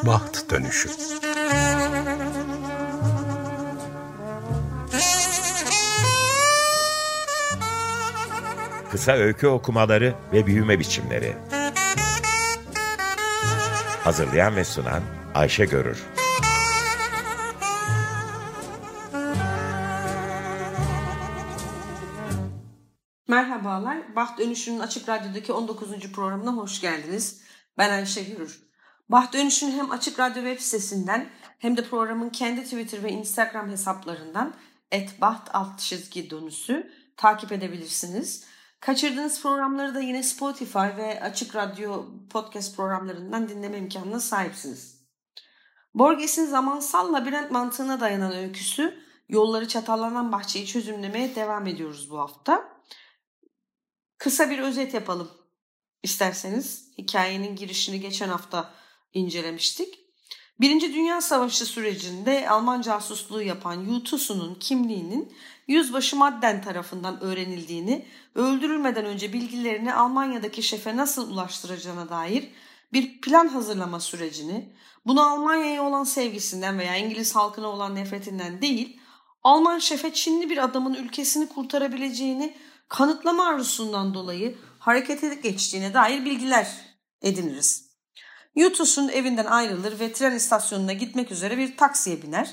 Baht Dönüşü. Kısa öykü okumaları ve büyüme biçimleri. Hazırlayan ve sunan Ayşe Görür. Merhabalar, Baht Dönüşü'nün Açık Radyo'daki 19. programına hoş geldiniz. Ben Ayşe Görür. Baht Dönüşü'nü hem Açık Radyo web sitesinden hem de programın kendi Twitter ve Instagram hesaplarından @baht_dönüşü takip edebilirsiniz. Kaçırdığınız programları da yine Spotify ve Açık Radyo podcast programlarından dinleme imkanına sahipsiniz. Borges'in zamansal labirent mantığına dayanan öyküsü Yolları Çatallanan Bahçeyi çözümlemeye devam ediyoruz bu hafta. Kısa bir özet yapalım isterseniz. Hikayenin girişini geçen hafta incelemiştik. Birinci Dünya Savaşı sürecinde Alman casusluğu yapan Yu Tusu'nun kimliğinin Yüzbaşı Madden tarafından öğrenildiğini ve öldürülmeden önce bilgilerini Almanya'daki şefe nasıl ulaştıracağına dair bir plan hazırlama sürecini, bunu Almanya'ya olan sevgisinden veya İngiliz halkına olan nefretinden değil, Alman şefe Çinli bir adamın ülkesini kurtarabileceğini kanıtlama arzusundan dolayı harekete geçtiğine dair bilgiler ediniriz. Yutus'un evinden ayrılır ve tren istasyonuna gitmek üzere bir taksiye biner.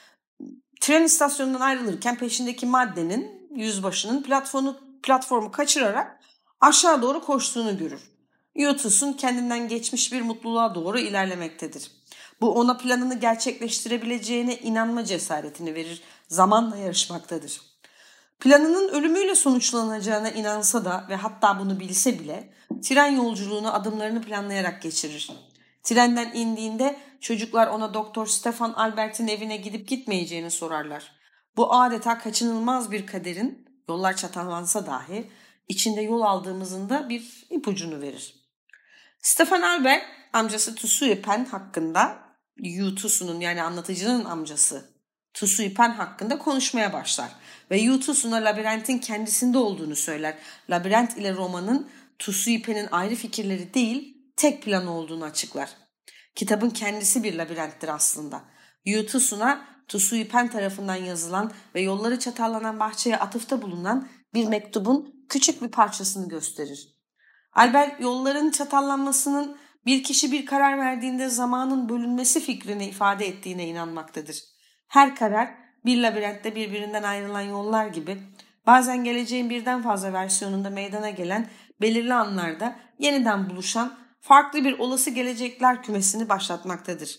Tren istasyonundan ayrılırken peşindeki Madden'in, yüzbaşının platformu kaçırarak aşağı doğru koştuğunu görür. Yutus'un kendinden geçmiş bir mutluluğa doğru ilerlemektedir. Bu ona planını gerçekleştirebileceğine inanma cesaretini verir, zamanla yarışmaktadır. Planının ölümüyle sonuçlanacağına inansa da ve hatta bunu bilse bile tren yolculuğunu adımlarını planlayarak geçirir. Trenden indiğinde çocuklar ona Doktor Stefan Albert'in evine gidip gitmeyeceğini sorarlar. Bu adeta kaçınılmaz bir kaderin, yollar çatallansa dahi içinde yol aldığımızın da bir ipucunu verir. Stefan Albert amcası Tsuyu Pen hakkında, Yu Tusu'nun yani anlatıcının amcası Tsuyu Pen hakkında konuşmaya başlar ve Yu Tusu'na labirentin kendisinde olduğunu söyler. Labirent ile romanın Tsuyu Pen'in ayrı fikirleri değil, tek planı olduğunu açıklar. Kitabın kendisi bir labirenttir aslında. Yu Tusu'na Tsuyu Pen tarafından yazılan ve yolları çatallanan bahçeye atıfta bulunan bir mektubun küçük bir parçasını gösterir. Albert yolların çatallanmasının bir kişi bir karar verdiğinde zamanın bölünmesi fikrini ifade ettiğine inanmaktadır. Her karar bir labirentte birbirinden ayrılan yollar gibi bazen geleceğin birden fazla versiyonunda meydana gelen belirli anlarda yeniden buluşan farklı bir olası gelecekler kümesini başlatmaktadır.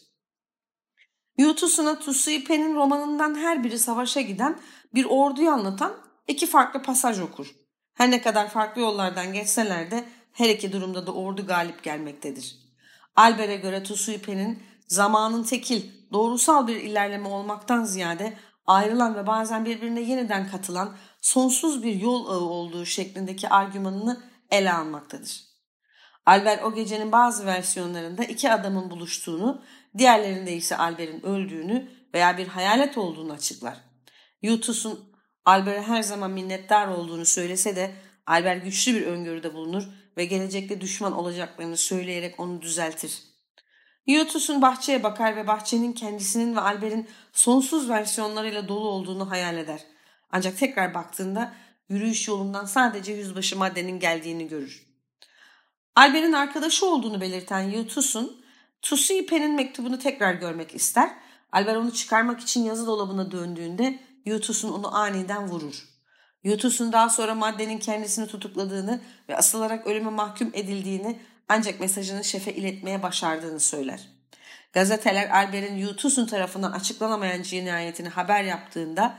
Yu Tusu'na Tsuyu Pen'in romanından her biri savaşa giden bir orduyu anlatan iki farklı pasaj okur. Her ne kadar farklı yollardan geçseler de her iki durumda da ordu galip gelmektedir. Albert'e göre Tsuyu Pen'in zamanın tekil, doğrusal bir ilerleme olmaktan ziyade ayrılan ve bazen birbirine yeniden katılan sonsuz bir yol ağı olduğu şeklindeki argümanını ele almaktadır. Albert o gecenin bazı versiyonlarında iki adamın buluştuğunu, diğerlerinde ise Albert'in öldüğünü veya bir hayalet olduğunu açıklar. Yu Tusu'nun Albert'e her zaman minnettar olduğunu söylese de Albert güçlü bir öngörüde bulunur ve gelecekte düşman olacaklarını söyleyerek onu düzeltir. Yu Tusu'nun bahçeye bakar ve bahçenin kendisinin ve Albert'in sonsuz versiyonlarıyla dolu olduğunu hayal eder. Ancak tekrar baktığında yürüyüş yolundan sadece yüzbaşı Madden'in geldiğini görür. Albert'in arkadaşı olduğunu belirten Yu Tusu'nun Tsuyu Pen'in mektubunu tekrar görmek ister. Albert onu çıkarmak için yazı dolabına döndüğünde Yu Tusu'nun onu aniden vurur. Yu Tusu'nun daha sonra Madden'in kendisini tutukladığını ve asılarak ölüme mahkum edildiğini ancak mesajını şefe iletmeye başardığını söyler. Gazeteler Albert'in Yu Tusu'nun tarafından açıklanamayan cinayetini haber yaptığında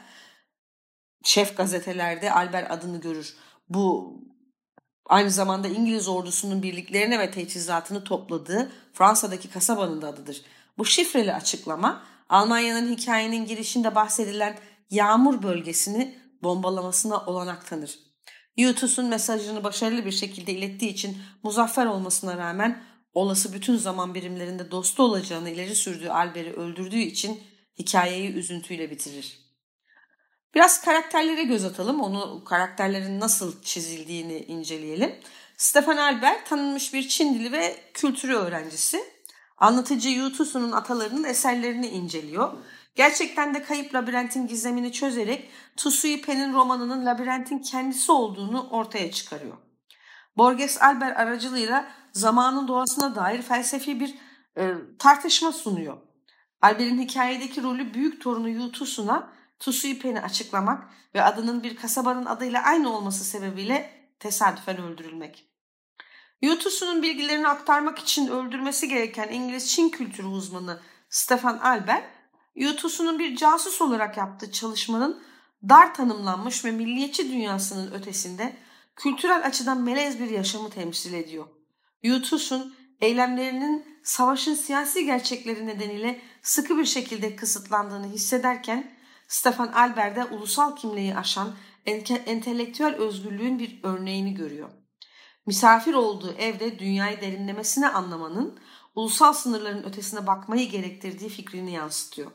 şef gazetelerde Albert adını görür. Bu aynı zamanda İngiliz ordusunun birliklerine ve teçhizatını topladığı Fransa'daki kasabanın da adıdır. Bu şifreli açıklama Almanya'nın hikayenin girişinde bahsedilen Yağmur bölgesini bombalamasına olanak tanır. Yu Tusu'nun mesajını başarılı bir şekilde ilettiği için muzaffer olmasına rağmen olası bütün zaman birimlerinde dostu olacağını ileri sürdüğü Albert'i öldürdüğü için hikayeyi üzüntüyle bitirir. Biraz karakterlere göz atalım. Karakterlerin nasıl çizildiğini inceleyelim. Stefan Albert tanınmış bir Çin dili ve kültürü öğrencisi. Anlatıcı Yu Tusu'nun atalarının eserlerini inceliyor. Gerçekten de Kayıp Labirentin gizemini çözerek Tusuyu Pen'in romanının labirentin kendisi olduğunu ortaya çıkarıyor. Borges Albert aracılığıyla zamanın doğasına dair felsefi bir tartışma sunuyor. Albert'in hikayedeki rolü büyük torunu Yu Tusu'na Tusuyu Pen'i açıklamak ve adının bir kasabanın adıyla aynı olması sebebiyle tesadüfen öldürülmek. Yu Tusu'nun bilgilerini aktarmak için öldürmesi gereken İngiliz Çin kültürü uzmanı Stefan Albert, Yu Tusu'nun bir casus olarak yaptığı çalışmanın dar tanımlanmış ve milliyetçi dünyasının ötesinde kültürel açıdan melez bir yaşamı temsil ediyor. Yu Tusu'nun eylemlerinin savaşın siyasi gerçekleri nedeniyle sıkı bir şekilde kısıtlandığını hissederken, Stefan Albert de ulusal kimliği aşan entelektüel özgürlüğün bir örneğini görüyor. Misafir olduğu evde dünyayı derinlemesine anlamanın, ulusal sınırların ötesine bakmayı gerektirdiği fikrini yansıtıyor.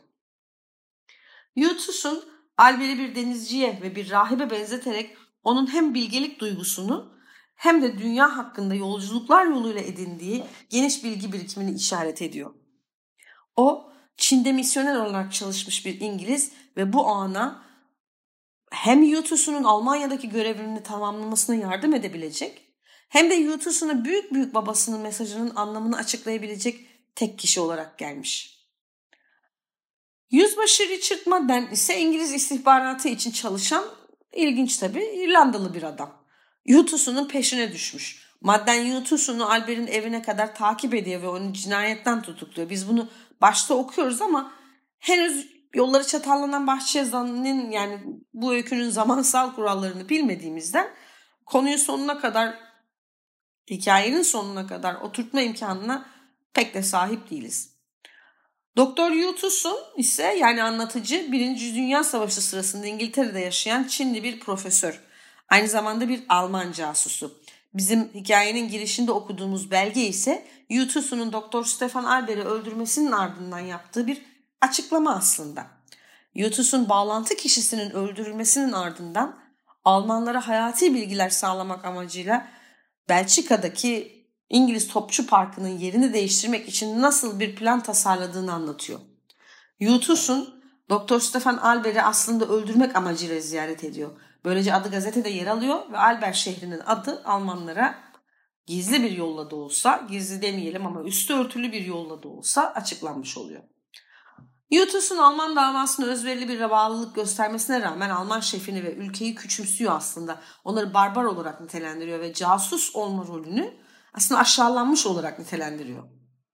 Yu Tusun, Albert'i bir denizciye ve bir rahibe benzeterek onun hem bilgelik duygusunu hem de dünya hakkında yolculuklar yoluyla edindiği geniş bilgi birikimini işaret ediyor. O, Çin'de misyoner olarak çalışmış bir İngiliz ve bu ana hem Yu Tusun'un Almanya'daki görevini tamamlamasına yardım edebilecek hem de Yu Tusun'a büyük babasının mesajının anlamını açıklayabilecek tek kişi olarak gelmiş. Yüzbaşı Richard Madden ise İngiliz istihbaratı için çalışan, ilginç tabii, İrlandalı bir adam. Yu Tusun'un peşine düşmüş. Madden Yu Tusun'u Albert'in evine kadar takip ediyor ve onu cinayetten tutukluyor. Biz bunu başta okuyoruz ama henüz yolları çatallanan Bahçeyan'ın, yani bu öykünün zamansal kurallarını bilmediğimizden konuyu hikayenin sonuna kadar oturtma imkanına pek de sahip değiliz. Doktor Yu Tusun ise, yani anlatıcı, 1. Dünya Savaşı sırasında İngiltere'de yaşayan Çinli bir profesör. Aynı zamanda bir Alman casusu. Bizim hikayenin girişinde okuduğumuz belge ise Yu Tusun'un Doktor Stefan Albert'i öldürmesinin ardından yaptığı bir açıklama aslında. Yu Tusun bağlantı kişisinin öldürülmesinin ardından Almanlara hayati bilgiler sağlamak amacıyla Belçika'daki İngiliz Topçu Parkı'nın yerini değiştirmek için nasıl bir plan tasarladığını anlatıyor. Yu Tusun, Dr. Stefan Albert'i aslında öldürmek amacıyla ziyaret ediyor. Böylece adı gazetede yer alıyor ve Albert şehrinin adı Almanlara gizli bir yolla da olsa, gizli demeyelim ama üstü örtülü bir yolla da olsa açıklanmış oluyor. Yu Tusun Alman davasına özverili bir bağlılık göstermesine rağmen Alman şefini ve ülkeyi küçümsüyor aslında. Onları barbar olarak nitelendiriyor ve casus olma rolünü aslında aşağılanmış olarak nitelendiriyor.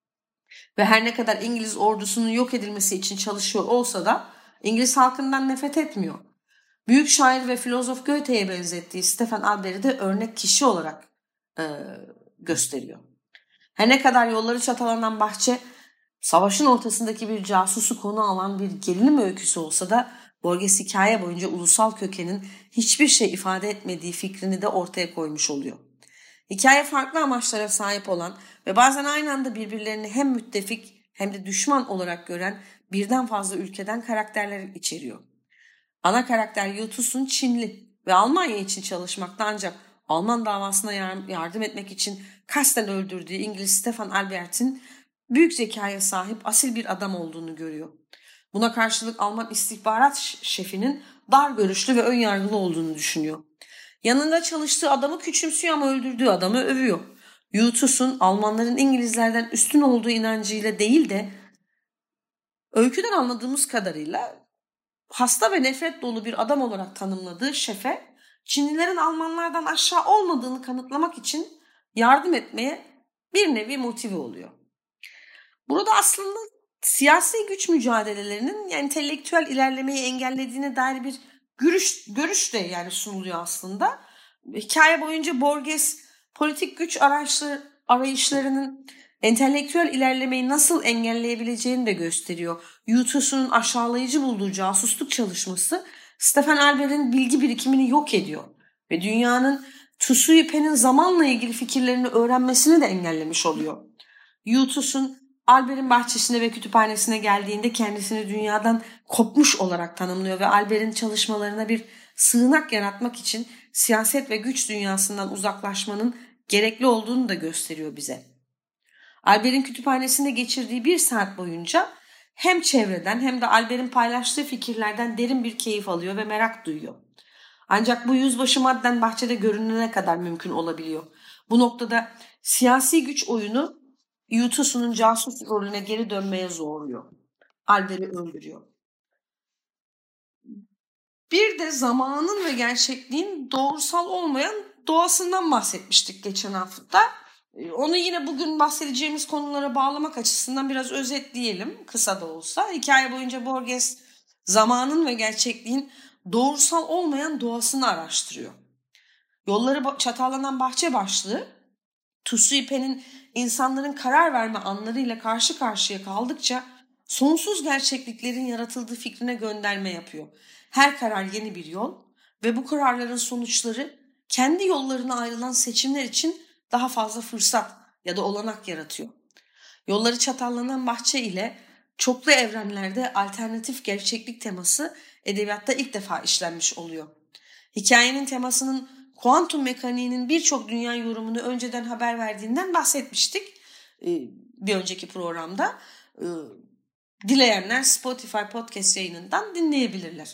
Ve her ne kadar İngiliz ordusunun yok edilmesi için çalışıyor olsa da İngiliz halkından nefret etmiyor. Büyük şair ve filozof Goethe'ye benzettiği Stefan Albert'i de örnek kişi olarak gösteriyor. Her ne kadar yolları çatalanan bahçe savaşın ortasındaki bir casusu konu alan bir gerilim öyküsü olsa da Borges hikaye boyunca ulusal kökenin hiçbir şey ifade etmediği fikrini de ortaya koymuş oluyor. Hikaye farklı amaçlara sahip olan ve bazen aynı anda birbirlerini hem müttefik hem de düşman olarak gören birden fazla ülkeden karakterler içeriyor. Ana karakter Yu Tusun Çinli ve Almanya için çalışmakta, ancak Alman davasına yardım etmek için kasten öldürdüğü İngiliz Stefan Albert'in büyük zekaya sahip asil bir adam olduğunu görüyor. Buna karşılık Alman istihbarat şefinin dar görüşlü ve önyargılı olduğunu düşünüyor. Yanında çalıştığı adamı küçümsüyor ama öldürdüğü adamı övüyor. Yu Tusun Almanların İngilizlerden üstün olduğu inancıyla değil de öyküden anladığımız kadarıyla hasta ve nefret dolu bir adam olarak tanımladığı şefe Çinlilerin Almanlardan aşağı olmadığını kanıtlamak için yardım etmeye bir nevi motive oluyor. Burada aslında siyasi güç mücadelelerinin entelektüel ilerlemeyi engellediğine dair bir görüş de yani sunuluyor aslında. Hikaye boyunca Borges politik güç arayışlarının entelektüel ilerlemeyi nasıl engelleyebileceğini de gösteriyor. Yu Tusun'un aşağılayıcı bulduğu casusluk çalışması Stefan Albert'in bilgi birikimini yok ediyor ve dünyanın Tusuyu Pen'in zamanla ilgili fikirlerini öğrenmesini de engellemiş oluyor. Yu Tusun Albert'in bahçesine ve kütüphanesine geldiğinde kendisini dünyadan kopmuş olarak tanımlıyor ve Albert'in çalışmalarına bir sığınak yaratmak için siyaset ve güç dünyasından uzaklaşmanın gerekli olduğunu da gösteriyor bize. Albert'in kütüphanesinde geçirdiği 1 saat boyunca hem çevreden hem de Albert'in paylaştığı fikirlerden derin bir keyif alıyor ve merak duyuyor. Ancak bu yüzbaşı Madden bahçede görünene kadar mümkün olabiliyor. Bu noktada siyasi güç oyunu Yutusu'nun casus rolüne geri dönmeye zorluyor. Albert'i öldürüyor. Bir de zamanın ve gerçekliğin doğrusal olmayan doğasından bahsetmiştik geçen hafta. Onu yine bugün bahsedeceğimiz konulara bağlamak açısından biraz özetleyelim, kısa da olsa. Hikaye boyunca Borges zamanın ve gerçekliğin doğrusal olmayan doğasını araştırıyor. Yolları çatallanan bahçe başlığı, Tusuipe'nin insanların karar verme anlarıyla karşı karşıya kaldıkça sonsuz gerçekliklerin yaratıldığı fikrine gönderme yapıyor. Her karar yeni bir yol ve bu kararların sonuçları kendi yollarına ayrılan seçimler için daha fazla fırsat ya da olanak yaratıyor. Yolları çatallanan bahçe ile çoklu evrenlerde alternatif gerçeklik teması edebiyatta ilk defa işlenmiş oluyor. Hikayenin temasının kuantum mekaniğinin birçok dünya yorumunu önceden haber verdiğinden bahsetmiştik bir önceki programda. Dileyenler Spotify podcast yayınından dinleyebilirler.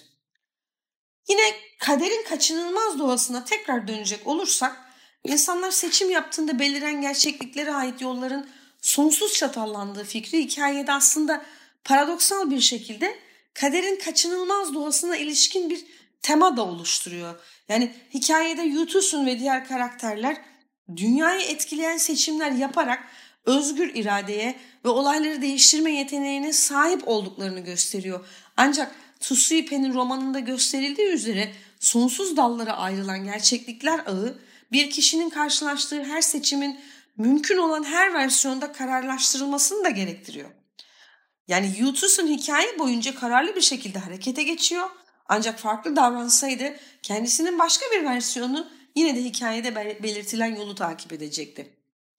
Yine kaderin kaçınılmaz doğasına tekrar dönecek olursak, insanlar seçim yaptığında beliren gerçekliklere ait yolların sonsuz çatallandığı fikri hikayede aslında paradoksal bir şekilde kaderin kaçınılmaz doğasına ilişkin bir tema da oluşturuyor. Yani hikayede Yutusun ve diğer karakterler dünyayı etkileyen seçimler yaparak özgür iradeye ve olayları değiştirme yeteneğine sahip olduklarını gösteriyor. Ancak Tusuipe'nin romanında gösterildiği üzere sonsuz dallara ayrılan gerçeklikler ağı bir kişinin karşılaştığı her seçimin mümkün olan her versiyonda kararlaştırılmasını da gerektiriyor. Yani Yutusun hikaye boyunca kararlı bir şekilde harekete geçiyor. Ancak farklı davransaydı kendisinin başka bir versiyonu yine de hikayede belirtilen yolu takip edecekti.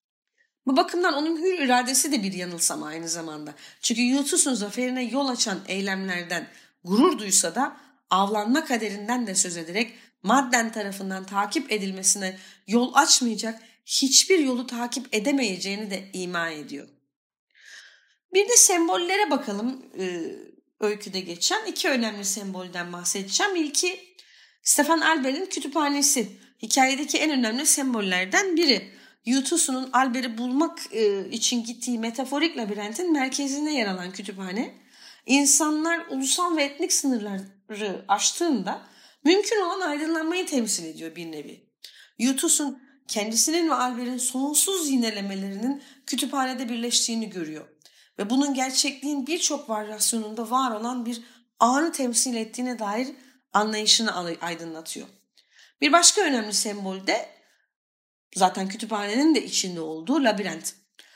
Bu bakımdan onun hür iradesi de bir yanılsama aynı zamanda. Çünkü Yutusun zaferine yol açan eylemlerden gurur duysa da avlanma kaderinden de söz ederek Madden tarafından takip edilmesine yol açmayacak hiçbir yolu takip edemeyeceğini de ima ediyor. Bir de sembollere bakalım. Öyküde geçen 2 önemli sembolden bahsedeceğim. İlki Stefan Albert'in kütüphanesi. Hikayedeki en önemli sembollerden biri. Yutusu'nun Albert'i bulmak için gittiği metaforik labirentin merkezinde yer alan kütüphane, insanlar ulusal ve etnik sınırları aştığında mümkün olan aydınlanmayı temsil ediyor bir nevi. Yutusun kendisinin ve Albert'in sonsuz yinelemelerinin kütüphanede birleştiğini görüyor. Ve bunun gerçekliğin birçok varyasyonunda var olan bir anı temsil ettiğine dair anlayışını aydınlatıyor. Bir başka önemli sembol de zaten kütüphanenin de içinde olduğu labirent.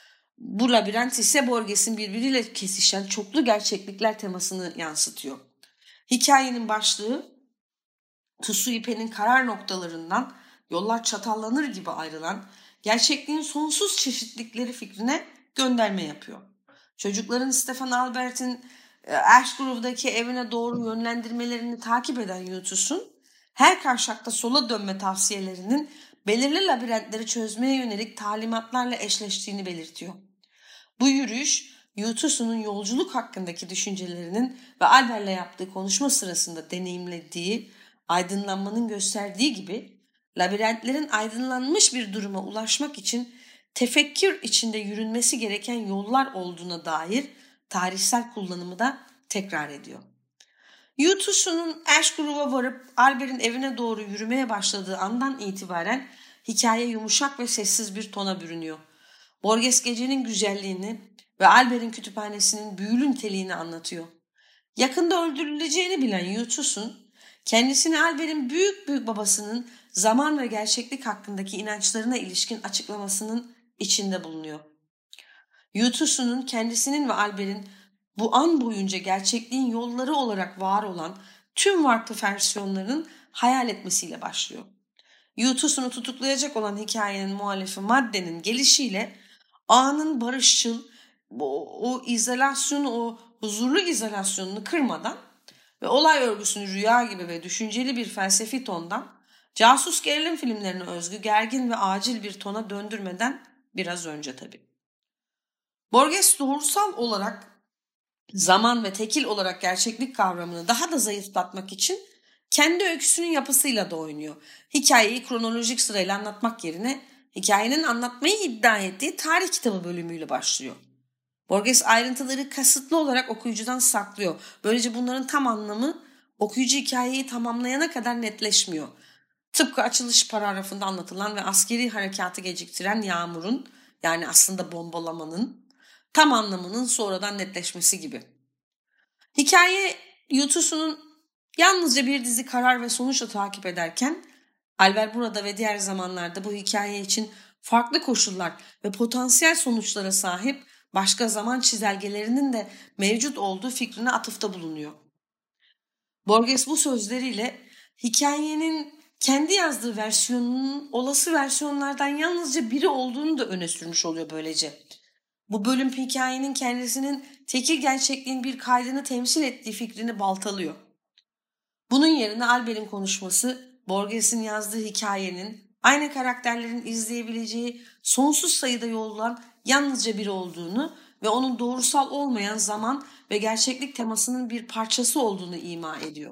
Bu labirent ise Borges'in birbiriyle kesişen çoklu gerçeklikler temasını yansıtıyor. Hikayenin başlığı Tusuipe'nin karar noktalarından yollar çatallanır gibi ayrılan gerçekliğin sonsuz çeşitlikleri fikrine gönderme yapıyor. Çocukların Stefan Albert'in Ash Grove'daki evine doğru yönlendirmelerini takip eden Yutusun, her kavşakta sola dönme tavsiyelerinin belirli labirentleri çözmeye yönelik talimatlarla eşleştiğini belirtiyor. Bu yürüyüş, Yutusun'un yolculuk hakkındaki düşüncelerinin ve Albert'le yaptığı konuşma sırasında deneyimlediği aydınlanmanın gösterdiği gibi, labirentlerin aydınlanmış bir duruma ulaşmak için tefekkür içinde yürünmesi gereken yollar olduğuna dair tarihsel kullanımı da tekrar ediyor. Yutusun'un Ash Grove'a varıp Albert'in evine doğru yürümeye başladığı andan itibaren hikaye yumuşak ve sessiz bir tona bürünüyor. Borges gecenin güzelliğini ve Albert'in kütüphanesinin büyülü niteliğini anlatıyor. Yakında öldürüleceğini bilen Yutusun, kendisini Albert'in büyük babasının zaman ve gerçeklik hakkındaki inançlarına ilişkin açıklamasının içinde bulunuyor. Yutusun'un kendisinin ve Albert'in bu an boyunca gerçekliğin yolları olarak var olan tüm farklı versiyonlarının hayal etmesiyle başlıyor. Yutusun'u tutuklayacak olan hikayenin muhallefi Madden'in gelişiyle anın barışçıl, o izolasyonu, o huzurlu izolasyonunu kırmadan ve olay örgüsünü rüya gibi ve düşünceli bir felsefi tondan casus gerilim filmlerine özgü gergin ve acil bir tona döndürmeden biraz önce tabii. Borges doğrusal olarak zaman ve tekil olarak gerçeklik kavramını daha da zayıflatmak için kendi öyküsünün yapısıyla da oynuyor. Hikayeyi kronolojik sırayla anlatmak yerine hikayenin anlatmayı iddia ettiği tarih kitabı bölümüyle başlıyor. Borges ayrıntıları kasıtlı olarak okuyucudan saklıyor. Böylece bunların tam anlamı okuyucu hikayeyi tamamlayana kadar netleşmiyor. Tıpkı açılış paragrafında anlatılan ve askeri harekatı geciktiren yağmurun, yani aslında bombalamanın tam anlamının sonradan netleşmesi gibi. Hikaye yutusunun yalnızca bir dizi karar ve sonuçla takip ederken Albert burada ve diğer zamanlarda bu hikaye için farklı koşullar ve potansiyel sonuçlara sahip başka zaman çizelgelerinin de mevcut olduğu fikrine atıfta bulunuyor. Borges bu sözleriyle hikayenin kendi yazdığı versiyonunun olası versiyonlardan yalnızca biri olduğunu da öne sürmüş oluyor böylece. Bu bölüm hikayenin kendisinin tekil gerçekliğin bir kaydını temsil ettiği fikrini baltalıyor. Bunun yerine Albert'in konuşması Borges'in yazdığı hikayenin aynı karakterlerin izleyebileceği sonsuz sayıda yoldan yalnızca biri olduğunu ve onun doğrusal olmayan zaman ve gerçeklik temasının bir parçası olduğunu ima ediyor.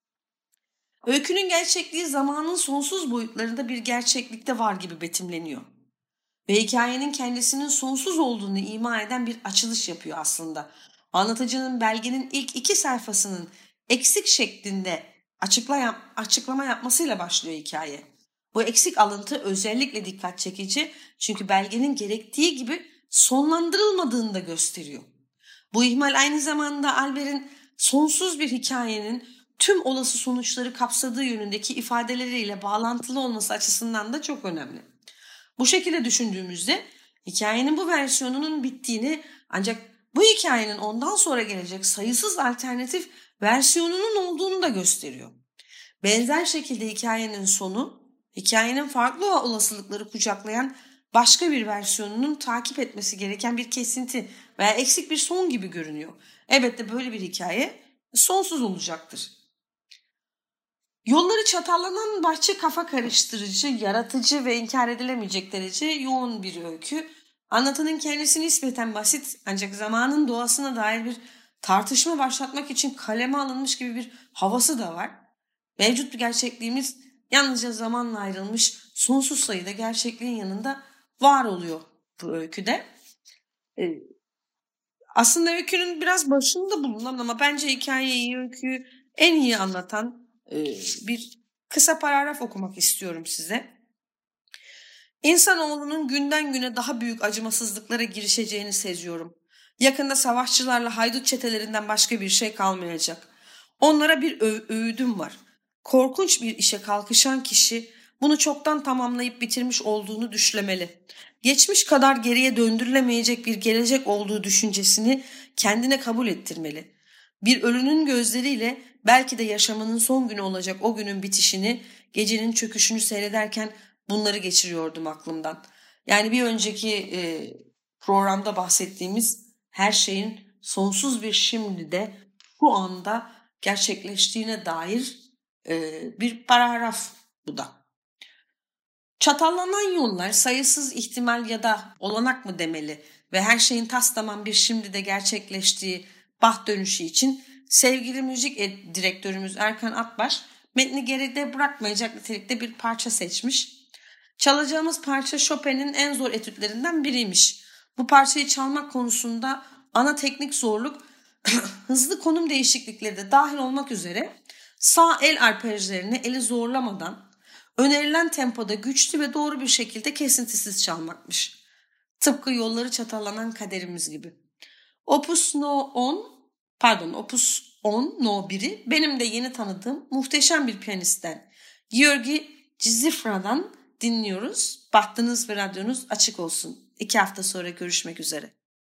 Öykünün gerçekliği zamanın sonsuz boyutlarında bir gerçeklikte var gibi betimleniyor. Ve hikayenin kendisinin sonsuz olduğunu ima eden bir açılış yapıyor aslında. Anlatıcının belgenin ilk 2 sayfasının eksik şeklinde açıklama yapmasıyla başlıyor hikaye. Bu eksik alıntı özellikle dikkat çekici çünkü belgenin gerektiği gibi sonlandırılmadığını da gösteriyor. Bu ihmal aynı zamanda Albert'in sonsuz bir hikayenin tüm olası sonuçları kapsadığı yönündeki ifadeleriyle bağlantılı olması açısından da çok önemli. Bu şekilde düşündüğümüzde hikayenin bu versiyonunun bittiğini ancak bu hikayenin ondan sonra gelecek sayısız alternatif versiyonunun olduğunu da gösteriyor. Benzer şekilde hikayenin sonu, hikayenin farklı olasılıkları kucaklayan başka bir versiyonunun takip etmesi gereken bir kesinti veya eksik bir son gibi görünüyor. Elbette böyle bir hikaye sonsuz olacaktır. Yolları çatallanan bahçe kafa karıştırıcı, yaratıcı ve inkar edilemeyecek derece yoğun bir öykü. Anlatının kendisi nispeten basit ancak zamanın doğasına dair bir tartışma başlatmak için kaleme alınmış gibi bir havası da var. Mevcut bir gerçekliğimiz yalnızca zamanla ayrılmış sonsuz sayıda gerçekliğin yanında var oluyor bu öyküde. Aslında öykünün biraz başında bulunan ama bence hikayeyi, öyküyü en iyi anlatan bir kısa paragraf okumak istiyorum size. İnsanoğlunun günden güne daha büyük acımasızlıklara girişeceğini seziyorum. Yakında savaşçılarla haydut çetelerinden başka bir şey kalmayacak. Onlara bir öğüdüm var. Korkunç bir işe kalkışan kişi bunu çoktan tamamlayıp bitirmiş olduğunu düşlemeli. Geçmiş kadar geriye döndürülemeyecek bir gelecek olduğu düşüncesini kendine kabul ettirmeli. Bir ölünün gözleriyle belki de yaşamının son günü olacak o günün bitişini, gecenin çöküşünü seyrederken bunları geçiriyordum aklımdan. Yani bir önceki programda bahsettiğimiz her şeyin sonsuz bir şimdide şu anda gerçekleştiğine dair bir paragraf bu da. Çatallanan yollar sayısız ihtimal ya da olanak mı demeli ve her şeyin tastamam bir şimdide gerçekleştiği baht dönüşü için sevgili müzik direktörümüz Erkan Atbaş metni geride bırakmayacak nitelikte bir parça seçmiş. Çalacağımız parça Chopin'in en zor etütlerinden biriymiş. Bu parçayı çalmak konusunda ana teknik zorluk hızlı konum değişiklikleri de dahil olmak üzere sağ el arpejlerini eli zorlamadan önerilen tempoda güçlü ve doğru bir şekilde kesintisiz çalmakmış. Tıpkı yolları çatallanan kaderimiz gibi. Opus 10 No 1'i benim de yeni tanıdığım muhteşem bir piyanistten Georgi Cizifra'dan dinliyoruz. Bahtınız ve radyonuz açık olsun. 2 hafta sonra görüşmek üzere.